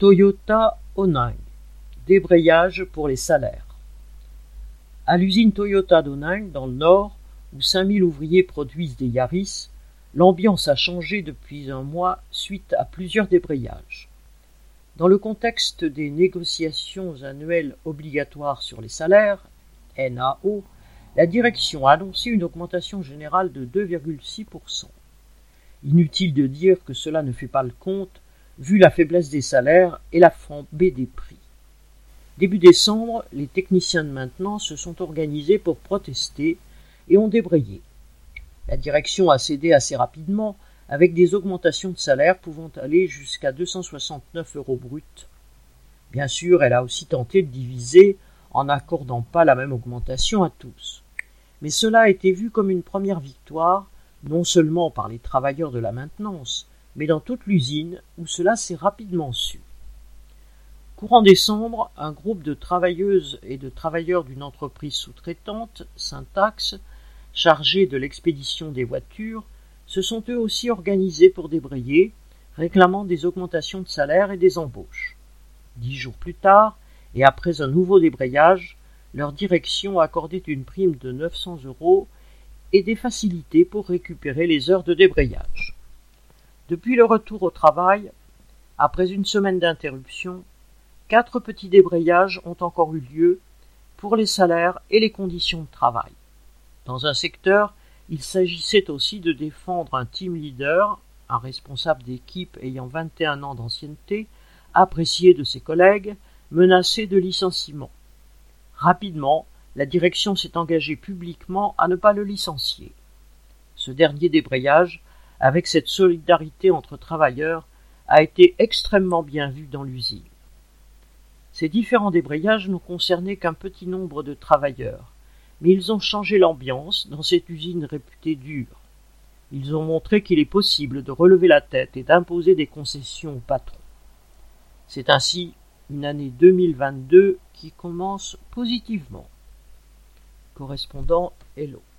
Toyota Onang, débrayage pour les salaires. À l'usine Toyota d'Onang, dans le Nord, où 5000 ouvriers produisent des Yaris, l'ambiance a changé depuis un mois suite à plusieurs débrayages. Dans le contexte des négociations annuelles obligatoires sur les salaires, NAO, la direction a annoncé une augmentation générale de 2,6%. Inutile de dire que cela ne fait pas le compte, vu la faiblesse des salaires et la flambée des prix. Début décembre, les techniciens de maintenance se sont organisés pour protester et ont débrayé. La direction a cédé assez rapidement, avec des augmentations de salaire pouvant aller jusqu'à 269 € bruts. Bien sûr, elle a aussi tenté de diviser en n'accordant pas la même augmentation à tous. Mais cela a été vu comme une première victoire, non seulement par les travailleurs de la maintenance, mais dans toute l'usine où cela s'est rapidement su. Courant décembre, un groupe de travailleuses et de travailleurs d'une entreprise sous-traitante, Syntax, chargée de l'expédition des voitures, se sont eux aussi organisés pour débrayer, réclamant des augmentations de salaire et des embauches. 10 jours plus tard, et après un nouveau débrayage, leur direction a accordé une prime de 900 € et des facilités pour récupérer les heures de débrayage. Depuis le retour au travail, après une semaine d'interruption, 4 petits débrayages ont encore eu lieu pour les salaires et les conditions de travail. Dans un secteur, il s'agissait aussi de défendre un team leader, un responsable d'équipe ayant 21 ans d'ancienneté, apprécié de ses collègues, menacé de licenciement. Rapidement, la direction s'est engagée publiquement à ne pas le licencier. Ce dernier débrayage, avec cette solidarité entre travailleurs, a été extrêmement bien vu dans l'usine. Ces différents débrayages n'ont concerné qu'un petit nombre de travailleurs, mais ils ont changé l'ambiance dans cette usine réputée dure. Ils ont montré qu'il est possible de relever la tête et d'imposer des concessions au patron. C'est ainsi une année 2022 qui commence positivement. Correspondant Hello.